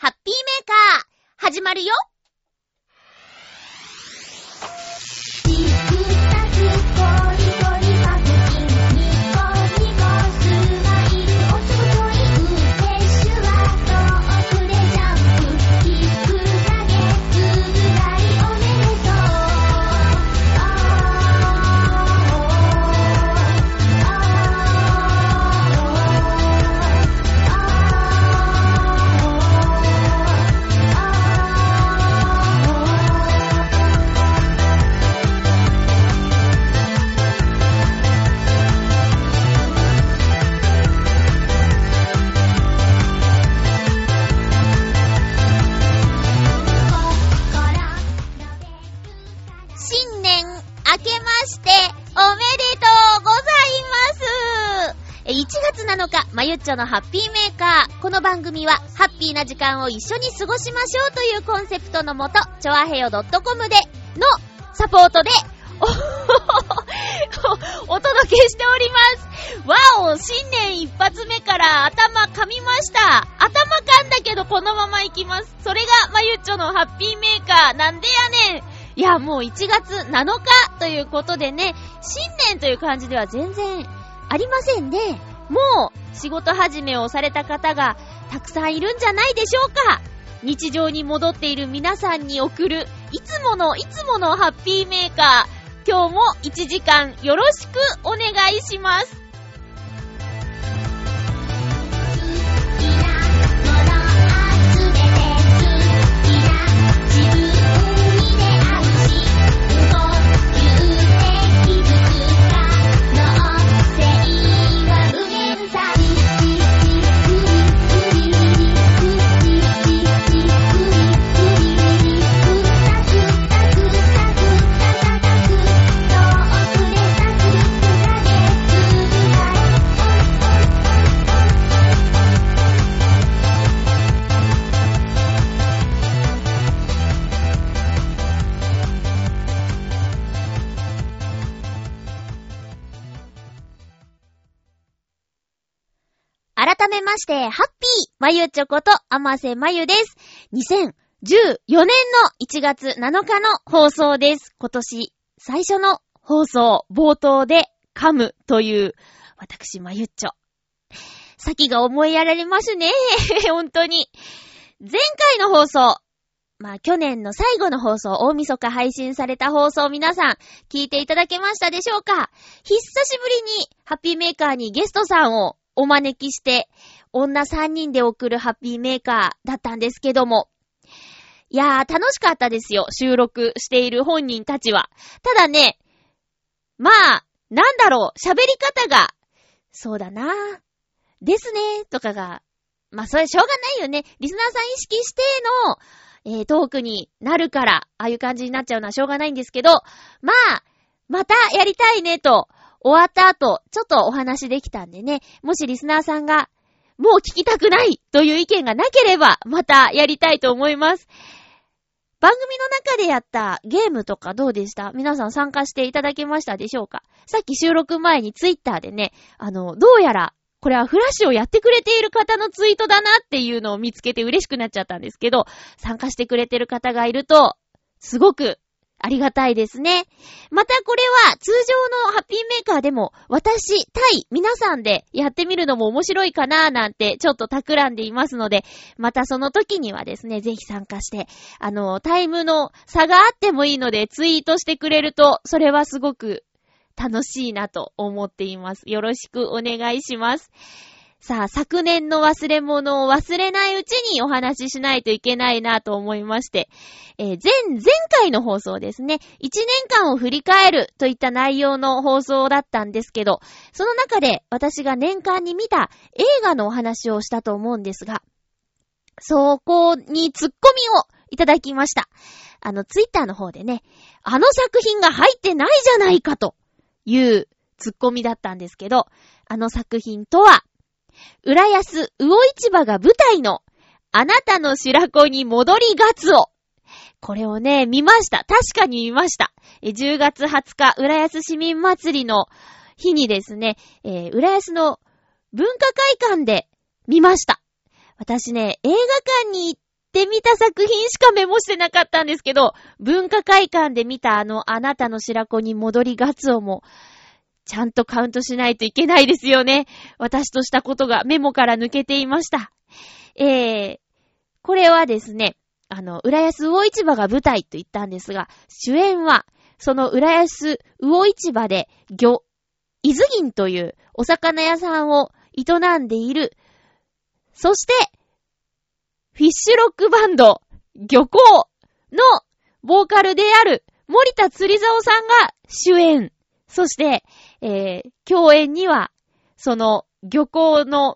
ハッピーメーカー始まるよ。1月7日、まゆっちょのハッピーメーカー。この番組は、ハッピーな時間を一緒に過ごしましょうというコンセプトのもと、ちょあへよ .com でのサポートでお届けしております。わお、新年一発目から頭噛みました。頭噛んだけどこのままいきます。それがまゆっちょのハッピーメーカー。なんでやねん。いや、もう1月7日ということでね、新年という感じでは全然ありませんね。もう仕事始めをされた方がたくさんいるんじゃないでしょうか。日常に戻っている皆さんに送るいつものハッピーメーカー。今日も1時間よろしくお願いします。改めまして、ハッピーまゆちょこと甘瀬まゆです。2014年の1月7日の放送です。今年最初の放送、冒頭で噛むという私まゆちょ。先が思いやられますね。本当に。前回の放送、去年の最後の放送、大晦日配信された放送、皆さん聞いていただけましたでしょうか。久しぶりにハッピーメーカーにゲストさんをお招きして、女3人で送るハッピーメーカーだったんですけども。いやー、楽しかったですよ。収録している本人たちは。ただね、なんだろう、喋り方が、そうだなですね、とかが、それしょうがないよね。リスナーさん意識しての、トークになるから、ああいう感じになっちゃうのはしょうがないんですけど、またやりたいねと、終わった後、ちょっとお話できたんでね、もしリスナーさんが、もう聞きたくないという意見がなければ、またやりたいと思います。番組の中でやったゲームとかどうでした？皆さん参加していただけましたでしょうか？さっき収録前にツイッターでね、どうやら、これはフラッシュをやってくれている方のツイートだなっていうのを見つけて嬉しくなっちゃったんですけど、参加してくれてる方がいると、すごくありがたいですね。またこれは通常のハッピーメーカーでも私対皆さんでやってみるのも面白いかななんてちょっと企んでいますので、またその時にはですね、ぜひ参加して、タイムの差があってもいいのでツイートしてくれると、それはすごく楽しいなと思っています。よろしくお願いします。さあ、昨年の忘れ物を忘れないうちにお話ししないといけないなと思いまして、前回の放送ですね、1年間を振り返るといった内容の放送だったんですけど、その中で私が年間に見た映画のお話をしたと思うんですが、そこにツッコミをいただきました。ツイッターの方でね、あの作品が入ってないじゃないかというツッコミだったんですけど、あの作品とは、浦安魚市場が舞台のあなたの白子に戻りガツオ。これをね、見ました。確かに見ました。10月20日、浦安市民祭りの日にですね、浦安の文化会館で見ました。私ね、映画館に行っって見た作品しかメモしてなかったんですけど、文化会館で見たあなたの白子に戻りガツオも、ちゃんとカウントしないといけないですよね。私としたことがメモから抜けていました。これはですね、浦安魚市場が舞台と言ったんですが、主演は、その浦安魚市場で伊豆銀というお魚屋さんを営んでいる、そして、フィッシュロックバンド、漁港のボーカルである森田釣竿さんが主演。そして、共演には、その漁港の、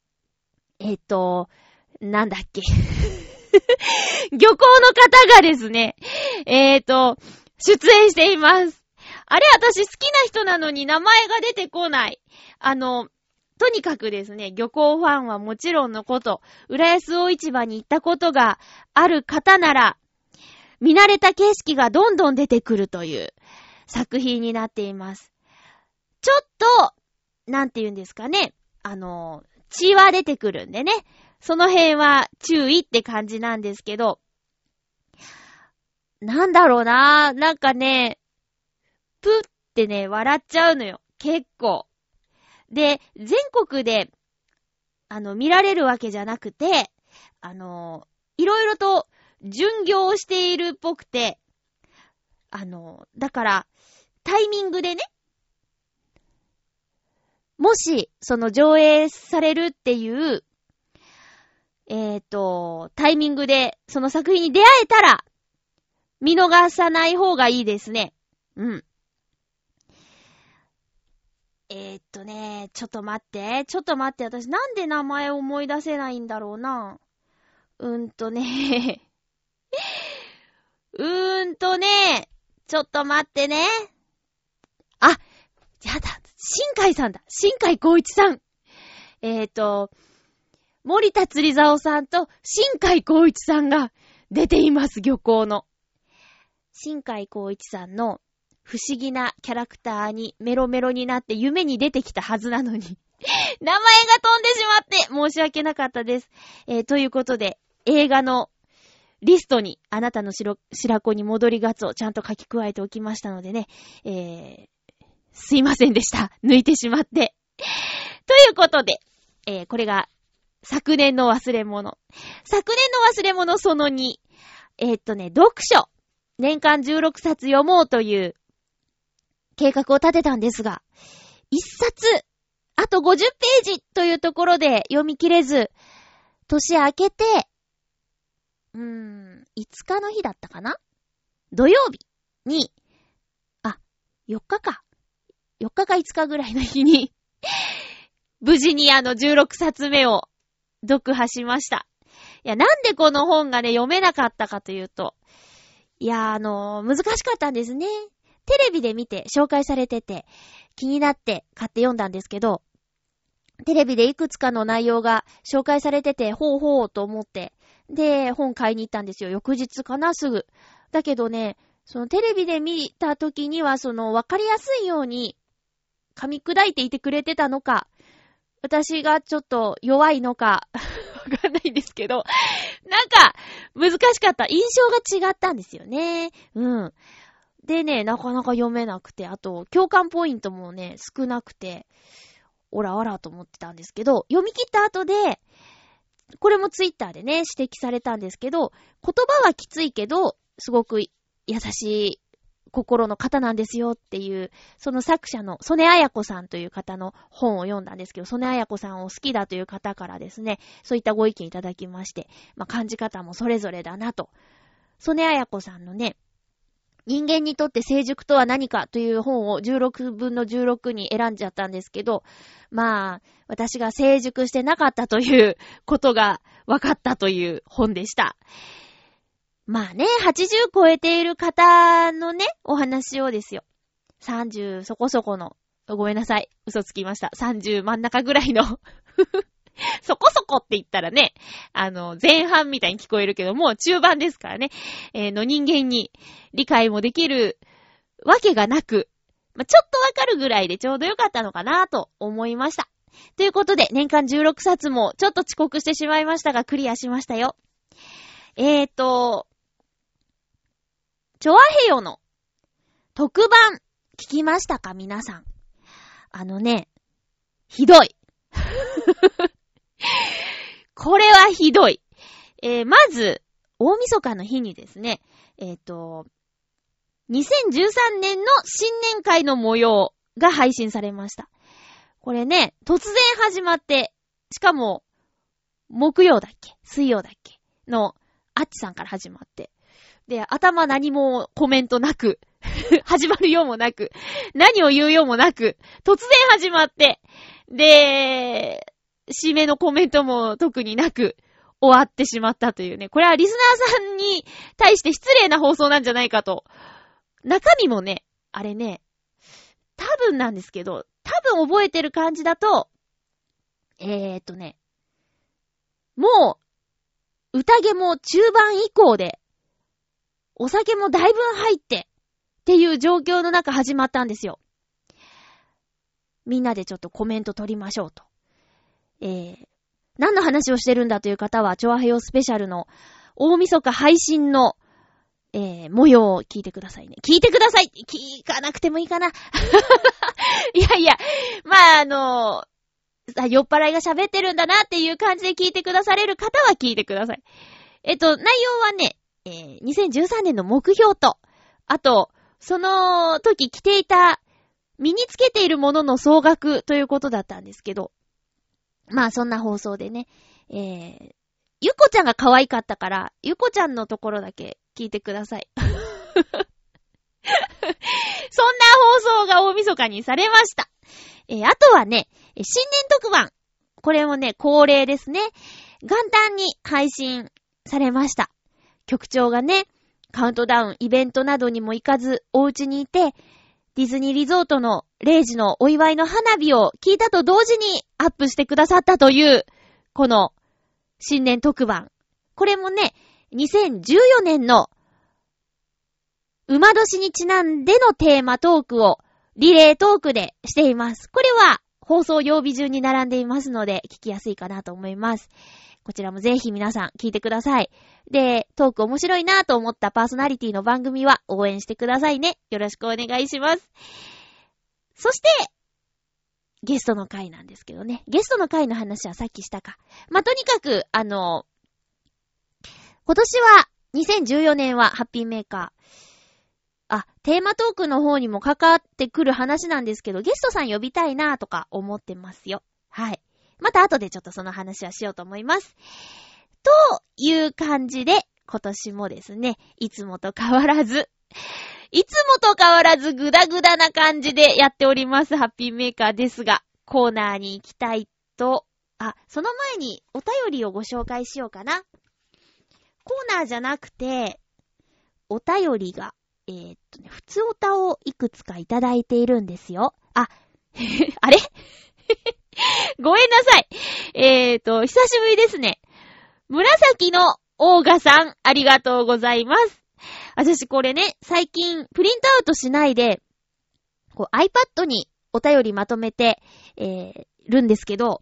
なんだっけ。漁港の方がですね、出演しています。あれ、私好きな人なのに名前が出てこない。とにかくですね、漁港ファンはもちろんのこと、浦安魚市場に行ったことがある方なら、見慣れた景色がどんどん出てくるという作品になっています。ちょっと、なんて言うんですかね、血は出てくるんでね、その辺は注意って感じなんですけど、なんだろうな、なんかね、プってね、笑っちゃうのよ。結構。で、全国で、見られるわけじゃなくて、いろいろと巡業をしているっぽくて、だから、タイミングでね、もし、その上映されるっていう、タイミングで、その作品に出会えたら、見逃さない方がいいですね。うん。ちょっと待って、私なんで名前を思い出せないんだろうな。ちょっと待ってね。あ、やだ、新海さんだ。新海光一さん。森田釣竿さんと新海光一さんが出ています、漁港の。新海光一さんの不思議なキャラクターにメロメロになって夢に出てきたはずなのに名前が飛んでしまって申し訳なかったです。ということで映画のリストにあなたの白子に戻りガツをちゃんと書き加えておきましたのでね、すいませんでした。抜いてしまって。ということで、これが昨年の忘れ物。昨年の忘れ物その2。読書。年間16冊読もうという計画を立てたんですが、1冊、あと50ページというところで読み切れず、年明けて、5日の日だったかな？土曜日に、4日か5日ぐらいの日に、無事に16冊目を読破しました。いや、なんでこの本がね、読めなかったかというと、いや、難しかったんですね。テレビで見て紹介されてて、気になって買って読んだんですけど、テレビでいくつかの内容が紹介されてて、ほうと思って、で、本買いに行ったんですよ。翌日かな、すぐ。だけどね、そのテレビで見た時には、わかりやすいように噛み砕いていてくれてたのか、私がちょっと弱いのか、わかんないんですけど、なんか、難しかった。印象が違ったんですよね。でね、なかなか読めなくて、あと、共感ポイントもね、少なくて、オラオラと思ってたんですけど、読み切った後で、これもツイッターでね、指摘されたんですけど、言葉はきついけど、すごく優しい心の方なんですよっていう、その作者の曽根彩子さんという方の本を読んだんですけど、曽根彩子さんを好きだという方からですね、そういったご意見いただきまして、感じ方もそれぞれだなと。曽根彩子さんのね、人間にとって成熟とは何かという本を16分の16に選んじゃったんですけど、私が成熟してなかったということが分かったという本でした。80超えている方のね、お話をですよ。30そこそこの、ごめんなさい、嘘つきました。30真ん中ぐらいの、そこそこって言ったらね、前半みたいに聞こえるけども、中盤ですからね、の人間に理解もできるわけがなく、ちょっとわかるぐらいでちょうどよかったのかなと思いました。ということで、年間16冊もちょっと遅刻してしまいましたが、クリアしましたよ。 チョアヘヨの特番聞きましたか皆さん。ひどい。これはひどい。まず、大晦日の日にですね、2013年の新年会の模様が配信されました。これね、突然始まって、しかも、木曜だっけ水曜だっけの、あっちさんから始まって。で、頭何もコメントなく、始まるようもなく、何を言うようもなく、突然始まって、で、締めのコメントも特になく、終わってしまったというね。これはリスナーさんに対して失礼な放送なんじゃないかと。中身もね、あれね、多分なんですけど、多分覚えてる感じだと、もう、宴も中盤以降で、お酒もだいぶ入って、っていう状況の中始まったんですよ。みんなでちょっとコメント取りましょうと。何の話をしてるんだという方は、チョアヘヨスペシャルの大晦日配信の、模様を聞いてくださいね。聞いてください聞かなくてもいいかな。いやいや、まあ酔っ払いが喋ってるんだなっていう感じで聞いてくだされる方は聞いてください。内容はね、2013年の目標と、あと、その時着ていた、身につけているものの総額ということだったんですけど、まあそんな放送でね、ゆこちゃんが可愛かったから、ゆこちゃんのところだけ聞いてください。そんな放送が大晦日にされました。あとはね、新年特番。これもね、恒例ですね。元旦に配信されました。局長がね、カウントダウン、イベントなどにも行かず、お家にいて、ディズニーリゾートの0時のお祝いの花火を聞いたと同時にアップしてくださったという、この新年特番。これもね、2014年の馬年にちなんでのテーマトークをリレートークでしています。これは放送曜日順に並んでいますので聞きやすいかなと思います。こちらもぜひ皆さん聞いてください。で、トーク面白いなと思ったパーソナリティの番組は応援してくださいね。よろしくお願いします。そして、ゲストの回なんですけどね。ゲストの回の話はさっきしたか。まあ、とにかく、今年は、2014年はハッピーメーカー。テーマトークの方にも関わってくる話なんですけど、ゲストさん呼びたいなとか思ってますよ。はい。また後でちょっとその話はしようと思います。という感じで、今年もですね、いつもと変わらずグダグダな感じでやっております、ハッピーメーカーですが、コーナーに行きたいと、その前にお便りをご紹介しようかな。コーナーじゃなくて、お便りが、普通おたをいくつかいただいているんですよ。あれごめんなさい。久しぶりですね。紫のオーガさん、ありがとうございます。私これね、最近プリントアウトしないで、iPad にお便りまとめて、るんですけど、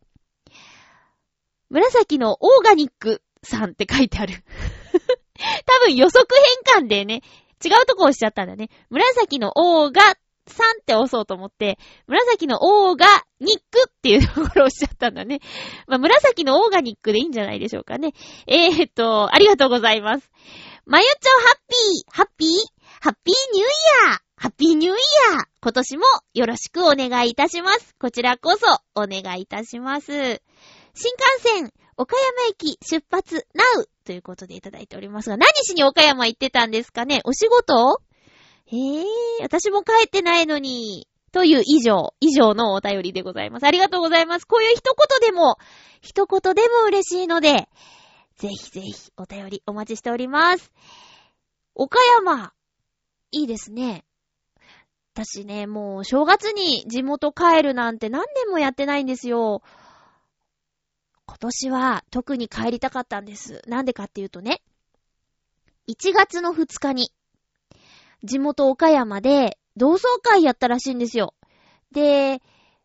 紫のオーガニックさんって書いてある。多分予測変換でね、違うとこ押しちゃったんだね。紫のオーガさんって押そうと思って、紫のオーガニックっていうところを押しちゃったんだね。まあ、紫のオーガニックでいいんじゃないでしょうかね。ありがとうございます。まゆちょハッピーニューイヤーハッピーニューイヤー今年もよろしくお願いいたします。こちらこそお願いいたします。新幹線、岡山駅出発ナウということでいただいておりますが、何しに岡山行ってたんですかね？お仕事？私も帰ってないのに、という以上のお便りでございます。ありがとうございます。こういう一言でも嬉しいので、ぜひぜひお便りお待ちしております。岡山、いいですね。私ね、もう正月に地元帰るなんて何年もやってないんですよ。今年は特に帰りたかったんです。なんでかっていうとね、1月の2日に地元岡山で同窓会やったらしいんですよ。で、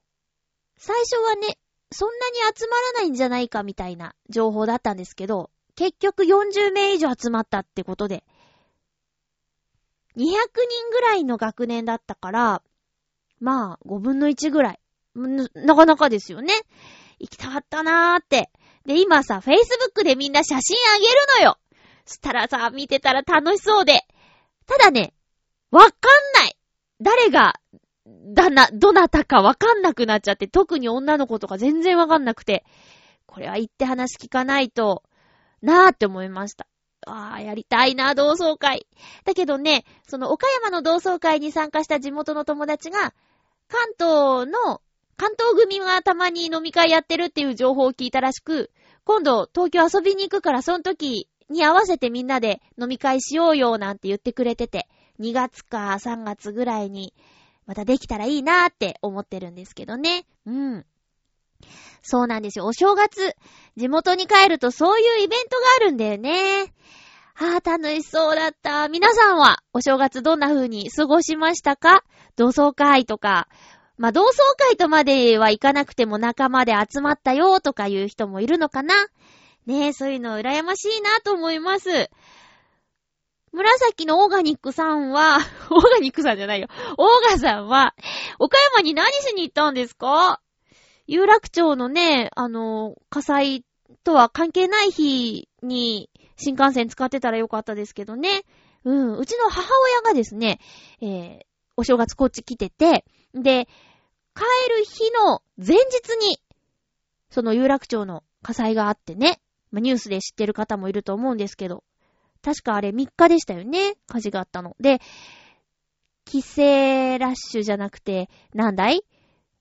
最初はね、そんなに集まらないんじゃないかみたいな情報だったんですけど、 結局40名以上集まったってことで、200人ぐらいの学年だったから、まあ、5分の1ぐらい。なかなかですよね。行きたかったなーって。で、今さ、Facebook でみんな写真あげるのよ。そしたらさ、見てたら楽しそうで。ただね、わかんない。誰が、どなたかわかんなくなっちゃって、特に女の子とか全然わかんなくて、これは行って話聞かないと、なーって思いました。やりたいな、同窓会。だけどね、その岡山の同窓会に参加した地元の友達が、関東組がたまに飲み会やってるっていう情報を聞いたらしく、今度東京遊びに行くからその時に合わせてみんなで飲み会しようよなんて言ってくれてて、2月か3月ぐらいにまたできたらいいなーって思ってるんですけどね。そうなんですよ。お正月、地元に帰るとそういうイベントがあるんだよね。楽しそうだった。皆さんはお正月どんな風に過ごしましたか？同窓会とか。まあ、同窓会とまでは行かなくても仲間で集まったよとかいう人もいるのかな？ねえ、そういうの羨ましいなと思います。紫のオーガニックさんは、オーガニックさんじゃないよ。オーガさんは、岡山に何しに行ったんですか？有楽町のね、火災とは関係ない日に新幹線使ってたらよかったですけどね。うちの母親がですね、お正月こっち来てて、で、帰る日の前日に、その有楽町の火災があってね、ニュースで知ってる方もいると思うんですけど、確かあれ3日でしたよね、火事があったの。で、帰省ラッシュじゃなくて、なんだい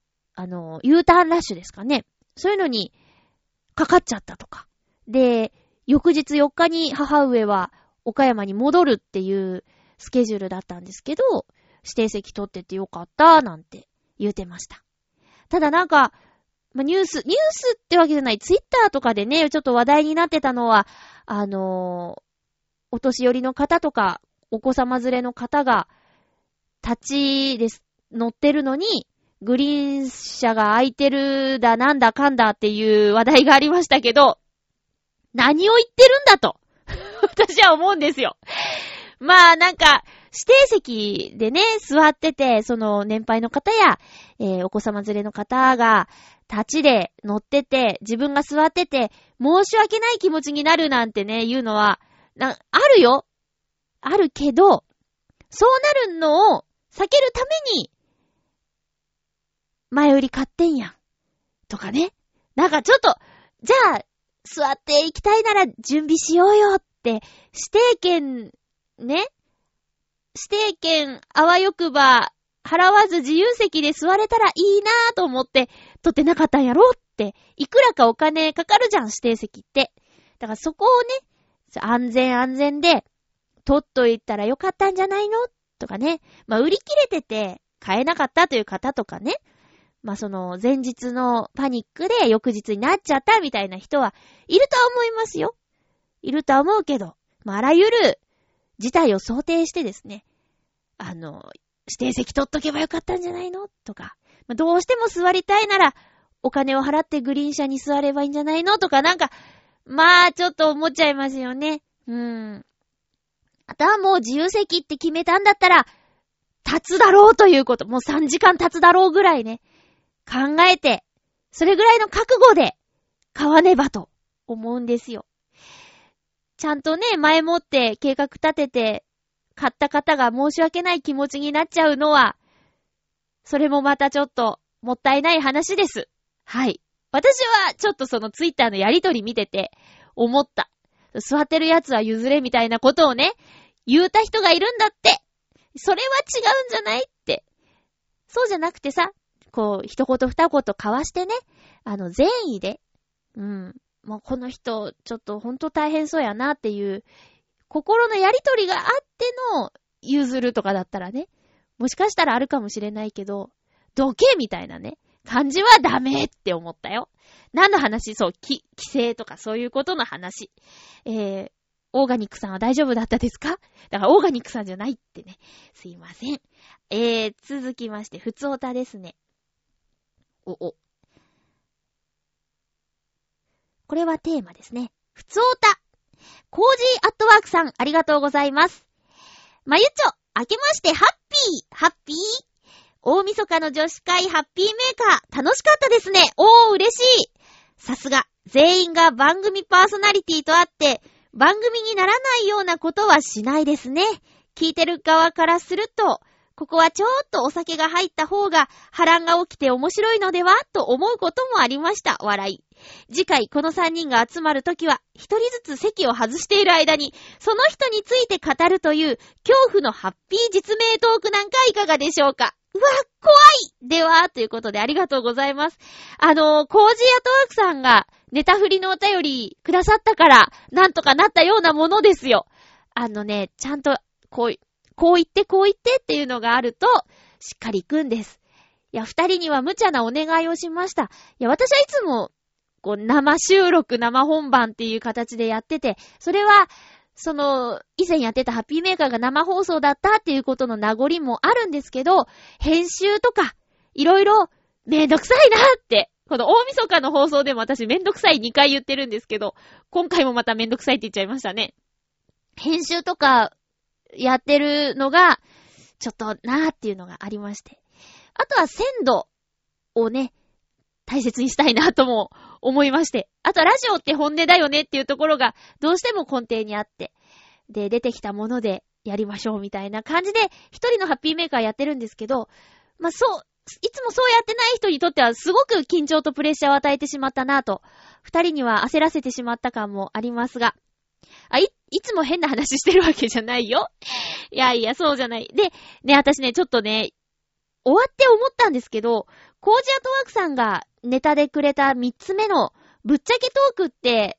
？U ターンラッシュですかね。そういうのにかかっちゃったとか。で、翌日4日に母上は岡山に戻るっていうスケジュールだったんですけど、指定席取っててよかったなんて言うてました。ただなんか、ニュースってわけじゃない、ツイッターとかでね、ちょっと話題になってたのは、お年寄りの方とか、お子様連れの方が、乗ってるのに、グリーン車が空いてるだなんだかんだっていう話題がありましたけど、何を言ってるんだと、私は思うんですよ。まあなんか、指定席でね、座ってて、その年配の方や、お子様連れの方が、立ちで乗ってて、自分が座ってて、申し訳ない気持ちになるなんてね、言うのは、あるよ。あるけど、そうなるのを避けるために、前売り買ってんやん。とかね。なんかちょっと、じゃあ、座って行きたいなら準備しようよって、指定券、ね。指定券、あわよくば、払わず自由席で座れたらいいなぁと思って、取ってなかったんやろって、いくらかお金かかるじゃん、指定席って。だからそこをね、安全で、取っといたらよかったんじゃないのとかね。まあ、売り切れてて、買えなかったという方とかね。まあ、その、前日のパニックで翌日になっちゃったみたいな人はいるとは思いますよ。いるとは思うけど、まあ、あらゆる事態を想定してですね、指定席取っとけばよかったんじゃないのとか、まあ、どうしても座りたいなら、お金を払ってグリーン車に座ればいいんじゃないのとか、なんか、まあ、ちょっと思っちゃいますよね。あとはもう自由席って決めたんだったら、立つだろうということ。もう3時間立つだろうぐらいね。考えて、それぐらいの覚悟で買わねばと思うんですよ。ちゃんとね、前もって計画立てて、買った方が申し訳ない気持ちになっちゃうのは、それもまたちょっともったいない話です。はい。私はちょっとそのツイッターのやりとり見てて思った。座ってるやつは譲れみたいなことをね、言うた人がいるんだって。それは違うんじゃないって。そうじゃなくてさ、こう、一言二言交わしてね、善意で、もうこの人、ちょっとほんと大変そうやなっていう、心のやりとりがあっての譲るとかだったらね、もしかしたらあるかもしれないけど、どけみたいなね、感じはダメって思ったよ。何の話？そう、規制とかそういうことの話。オーガニックさんは大丈夫だったですか？だからオーガニックさんじゃないってね。すいません。続きまして、ふつおたですね。これはテーマですね。ふつおた。 コージーアットワークさん、ありがとうございます。まゆちょ、明けましてハッピー大晦日の女子会ハッピーメーカー、楽しかったですね。嬉しい。さすが、全員が番組パーソナリティとあって、番組にならないようなことはしないですね。聞いてる側からすると、ここはちょっとお酒が入った方が波乱が起きて面白いのではと思うこともありました。笑い。次回この3人が集まるときは一人ずつ席を外している間にその人について語るという恐怖のハッピー実名トークなんかいかがでしょうか。うわ、怖い。ではということでありがとうございます。コージーアトワークさんがネタ振りのお便りくださったからなんとかなったようなものですよ。ちゃんとこう言ってっていうのがあるとしっかり行くんです。いや、二人には無茶なお願いをしました。いや、私はいつも生収録、生本番っていう形でやってて、それは以前やってたハッピーメーカーが生放送だったっていうことの名残もあるんですけど、編集とかいろいろめんどくさいなって、この大晦日の放送でも私めんどくさい2回言ってるんですけど、今回もまためんどくさいって言っちゃいましたね。編集とかやってるのがちょっとなーっていうのがありまして、あとは鮮度をね大切にしたいなとも思いまして、あとラジオって本音だよねっていうところがどうしても根底にあって、で出てきたものでやりましょうみたいな感じで一人のハッピーメーカーやってるんですけど、いつもそうやってない人にとってはすごく緊張とプレッシャーを与えてしまったなと、二人には焦らせてしまった感もありますが、いつも変な話してるわけじゃないよ。いや、そうじゃない。で、ね、私ね、ちょっとね、終わって思ったんですけど、コージアトワークさんがネタでくれた3つ目のぶっちゃけトークって、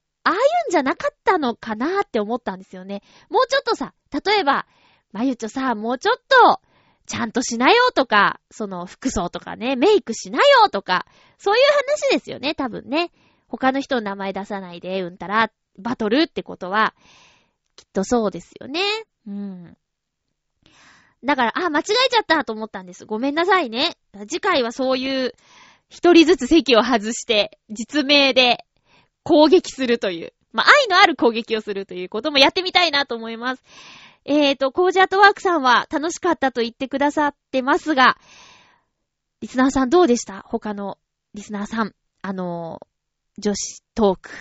ああいうんじゃなかったのかなって思ったんですよね。もうちょっとさ、例えば、まゆちょさ、もうちょっと、ちゃんとしなよとか、服装とかね、メイクしなよとか、そういう話ですよね、多分ね。他の人の名前出さないで、うんたら、バトルってことは、きっとそうですよね。うん。だから、間違えちゃったと思ったんです。ごめんなさいね。次回はそういう一人ずつ席を外して実名で攻撃するという、愛のある攻撃をするということもやってみたいなと思います。コージアットワークさんは楽しかったと言ってくださってますが、リスナーさんどうでした？他のリスナーさん、女子トーク。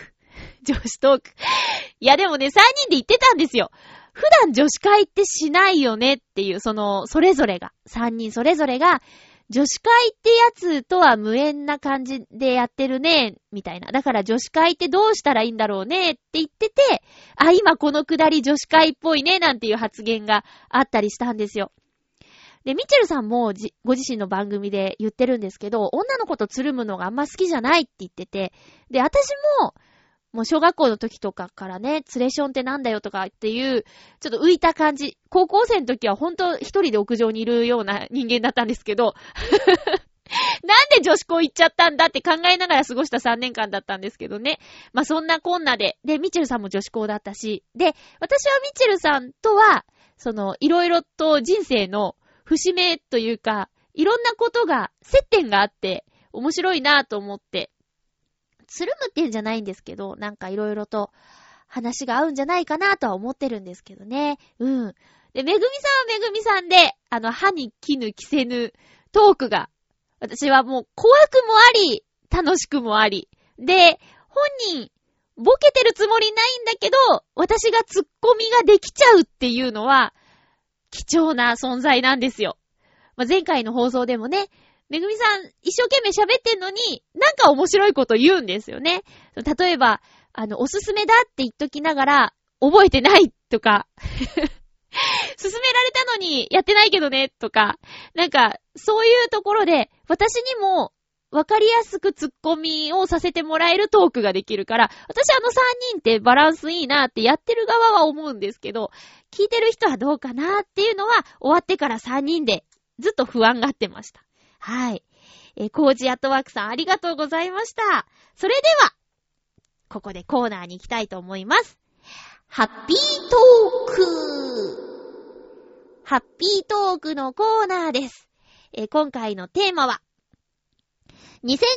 いやでもね、3人で言ってたんですよ。普段女子会ってしないよねっていう、それぞれが、3人それぞれが、女子会ってやつとは無縁な感じでやってるね、みたいな。だから女子会ってどうしたらいいんだろうねって言ってて、今このくだり女子会っぽいね、なんていう発言があったりしたんですよ。で、ミチェルさんもご自身の番組で言ってるんですけど、女の子とつるむのがあんま好きじゃないって言ってて、で、私もう小学校の時とかからね、ツレションってなんだよとかっていう、ちょっと浮いた感じ。高校生の時はほんと一人で屋上にいるような人間だったんですけど、なんで女子校行っちゃったんだって考えながら過ごした3年間だったんですけどね。そんなこんなで、ミチェルさんも女子校だったし、で、私はミチェルさんとは、いろいろと人生の節目というか、いろんなことが、接点があって、面白いなぁと思って、つるむっていうんじゃないんですけど、なんかいろいろと話が合うんじゃないかなとは思ってるんですけどね。うん。で、めぐみさんはめぐみさんで、歯に衣着せぬトークが、私はもう怖くもあり、楽しくもあり。で、本人、ボケてるつもりないんだけど、私がツッコミができちゃうっていうのは、貴重な存在なんですよ。前回の放送でもね、めぐみさん一生懸命喋ってんのに、なんか面白いこと言うんですよね。例えば、おすすめだって言っときながら、覚えてないとか、勧められたのにやってないけどねとか、なんか、そういうところで、私にもわかりやすくツッコミをさせてもらえるトークができるから、私3人ってバランスいいなってやってる側は思うんですけど、聞いてる人はどうかなっていうのは、終わってから3人でずっと不安がってました。はい。コージアットワークさんありがとうございました。それでは、ここでコーナーに行きたいと思います。ハッピートーク。ハッピートークのコーナーです。今回のテーマ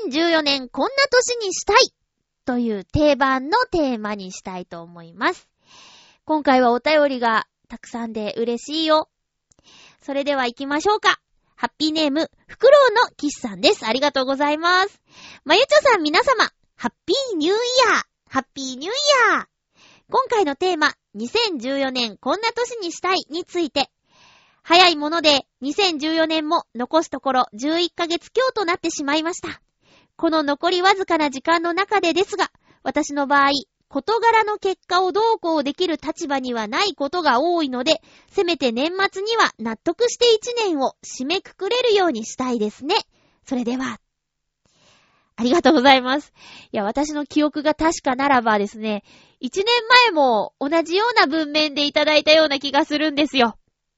は、2014年こんな年にしたいという定番のテーマにしたいと思います。 今回はお便りがたくさんで嬉しいよ。それでは行きましょうか。ハッピーネーム、フクロウのキスさんです。ありがとうございます。まゆちょさん皆様、ハッピーニューイヤー。ハッピーニューイヤー。今回のテーマ、2014年こんな年にしたいについて。早いもので2014年も残すところ11ヶ月強となってしまいました。この残りわずかな時間の中でですが、私の場合、事柄の結果をどうこうできる立場にはないことが多いので、せめて年末には納得して1年を締めくくれるようにしたいですね。それでは、ありがとうございます。いや、私の記憶が確かならばですね、1年前も同じような文面でいただいたような気がするんですよ。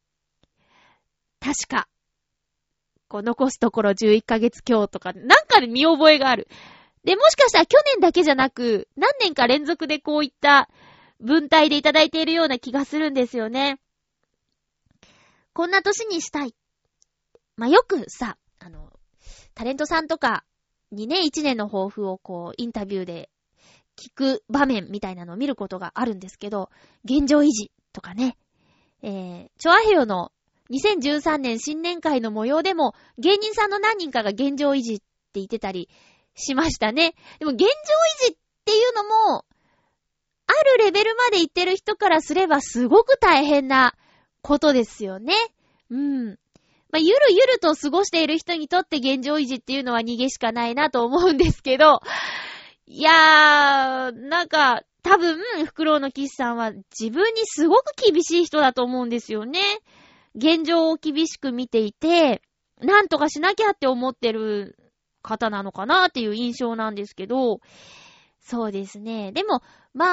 確か。残すところ11ヶ月強とか、なんかで見覚えがある。で、もしかしたら去年だけじゃなく、何年か連続でこういった文体でいただいているような気がするんですよね。こんな年にしたい。よくさ、タレントさんとかにね、1年の抱負をインタビューで聞く場面みたいなのを見ることがあるんですけど、現状維持とかね、チョアヘヨの2013年新年会の模様でも芸人さんの何人かが現状維持って言ってたりしましたね。でも現状維持っていうのもあるレベルまで行ってる人からすればすごく大変なことですよね。ゆるゆると過ごしている人にとって現状維持っていうのは逃げしかないなと思うんですけど、いやー、なんか多分フクロウのキスさんは自分にすごく厳しい人だと思うんですよね。現状を厳しく見ていて、なんとかしなきゃって思ってる方なのかなっていう印象なんですけど、そうですね。でも、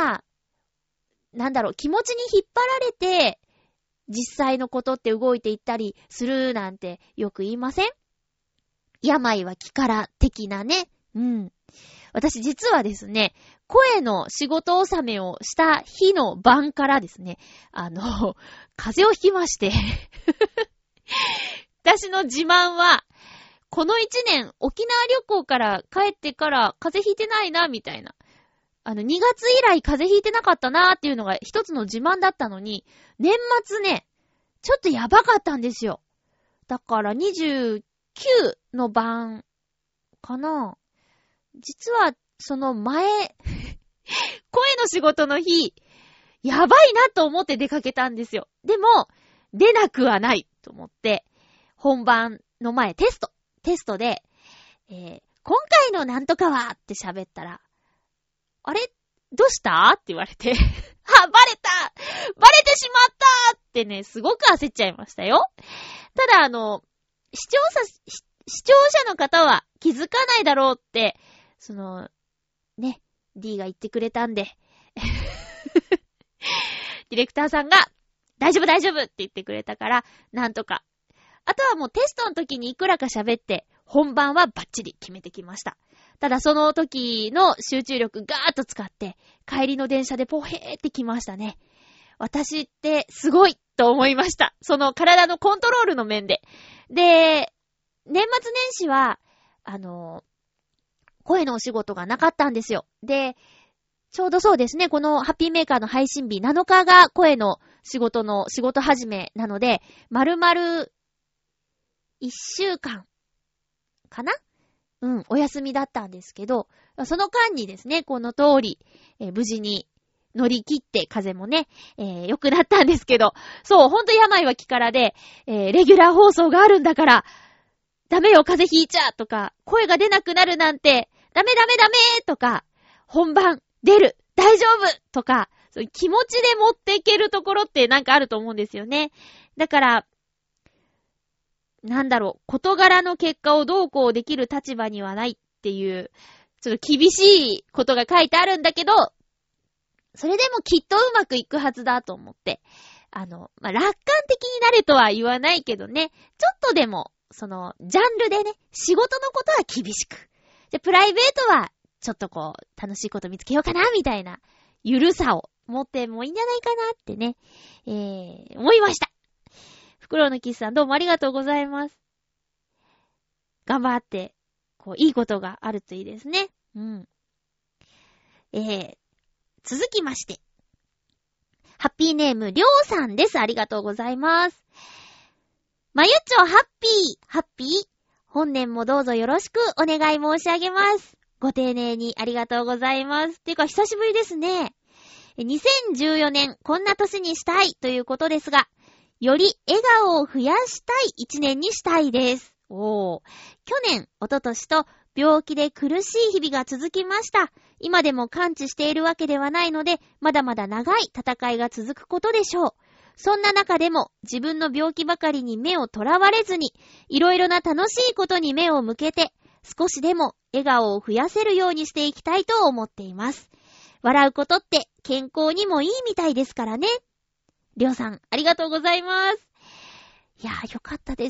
気持ちに引っ張られて、実際のことって動いていったりするなんてよく言いません？病は気から的なね。私実はですね、声の仕事納めをした日の晩からですね、風邪をひきまして私の自慢は、この1年沖縄旅行から帰ってから風邪ひいてないな、みたいな。2月以来風邪ひいてなかったなっていうのが一つの自慢だったのに、年末ね、ちょっとやばかったんですよ。だから29の晩かな。実はその前、声の仕事の日、やばいなと思って出かけたんですよ。でも、出なくはないと思って、本番の前テストで、今回のなんとかはって喋ったら、あれどうしたって言われて、バレてしまったってね、すごく焦っちゃいましたよ。ただ視聴者の方は気づかないだろうって、D が言ってくれたんで、ディレクターさんが、大丈夫って言ってくれたから、なんとか。あとはもうテストの時にいくらか喋って、本番はバッチリ決めてきました。ただその時の集中力ガーッと使って、帰りの電車でポヘーってきましたね。私ってすごいと思いました。その体のコントロールの面で。で、年末年始は、声のお仕事がなかったんですよ。で、ちょうどそうですね、このハッピーメーカーの配信日7日が声の仕事始めなので、丸々1週間かな？お休みだったんですけど、その間にですね、この通り、無事に乗り切って風もね、良くなったんですけど、そう、ほんと病は気からで、レギュラー放送があるんだから、ダメよ風邪ひいちゃとか、声が出なくなるなんて、ダメとか、本番出る大丈夫とか、そういう気持ちで持っていけるところってなんかあると思うんですよね。だから、事柄の結果をどうこうできる立場にはないっていう、ちょっと厳しいことが書いてあるんだけど、それでもきっとうまくいくはずだと思って、楽観的になれとは言わないけどね、ちょっとでも、ジャンルでね、仕事のことは厳しく。で、プライベートは、ちょっと楽しいこと見つけようかな、みたいな、ゆるさを持ってもいいんじゃないかなってね、思いました。フクロウのキスさんどうもありがとうございます。頑張って、いいことがあるといいですね。続きまして。 ハッピーネームりょうさんです。ありがとうございます。まゆっちょハッピー。本年もどうぞよろしくお願い申し上げます。ご丁寧にありがとうございます。ていうか久しぶりですね。2014年こんな年にしたいということですが、より笑顔を増やしたい一年にしたいです。去年、一昨年と病気で苦しい日々が続きました。今でも完治しているわけではないので、まだまだ長い戦いが続くことでしょう。そんな中でも自分の病気ばかりに目をとらわれずに、いろいろな楽しいことに目を向けて、少しでも笑顔を増やせるようにしていきたいと思っています。笑うことって健康にもいいみたいですからね。りょうさん、ありがとうございます。いやー、よかったです。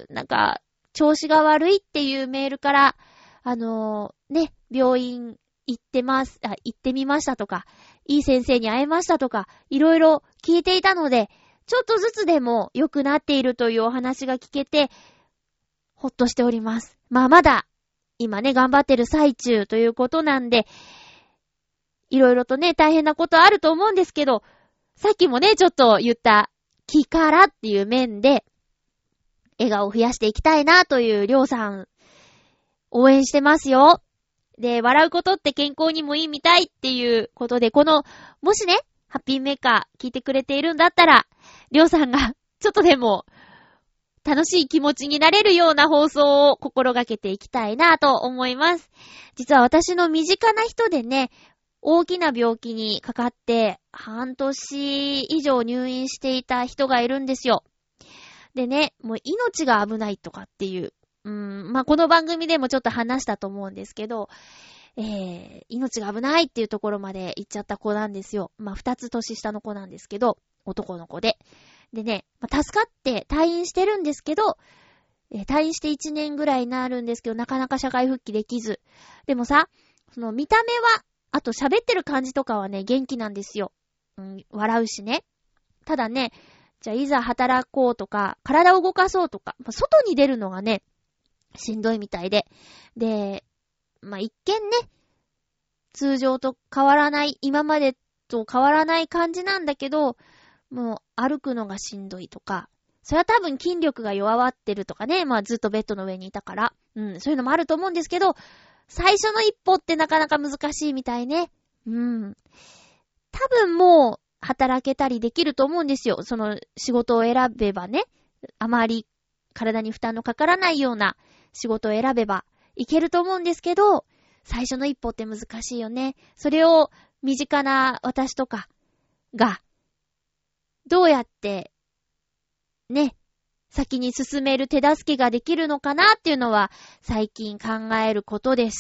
なんか、調子が悪いっていうメールから、病院行ってみましたとか、いい先生に会えましたとか、いろいろ聞いていたので、ちょっとずつでも良くなっているというお話が聞けて、ほっとしております。まだ、今ね、頑張ってる最中ということなんで、いろいろとね、大変なことあると思うんですけど、さっきもね、ちょっと言った気からっていう面で、笑顔を増やしていきたいなというりょうさん、応援してますよ。で、笑うことって健康にもいいみたいっていうことで、もしね、ハッピーメーカー聞いてくれているんだったら、りょうさんがちょっとでも楽しい気持ちになれるような放送を心がけていきたいなと思います。実は私の身近な人でね、大きな病気にかかって半年以上入院していた人がいるんですよ。でね、もう命が危ないとかっていう、この番組でもちょっと話したと思うんですけど、命が危ないっていうところまで行っちゃった子なんですよ。2つ年下の子なんですけど、男の子で。でね、助かって退院してるんですけど、退院して1年ぐらいになるんですけど、なかなか社会復帰できず。でもさ、その見た目は、あと喋ってる感じとかはね、元気なんですよ。笑うしね。ただね、じゃあいざ働こうとか、体を動かそうとか、外に出るのがね、しんどいみたいで。で、一見ね、通常と変わらない、今までと変わらない感じなんだけど、もう歩くのがしんどいとか、それは多分筋力が弱ってるとかね、ずっとベッドの上にいたから、そういうのもあると思うんですけど、最初の一歩ってなかなか難しいみたいね。多分もう働けたりできると思うんですよ。その仕事を選べばね、あまり体に負担のかからないような仕事を選べばいけると思うんですけど、最初の一歩って難しいよね。それを身近な私とかがどうやってね、先に進める手助けができるのかなっていうのは最近考えることです。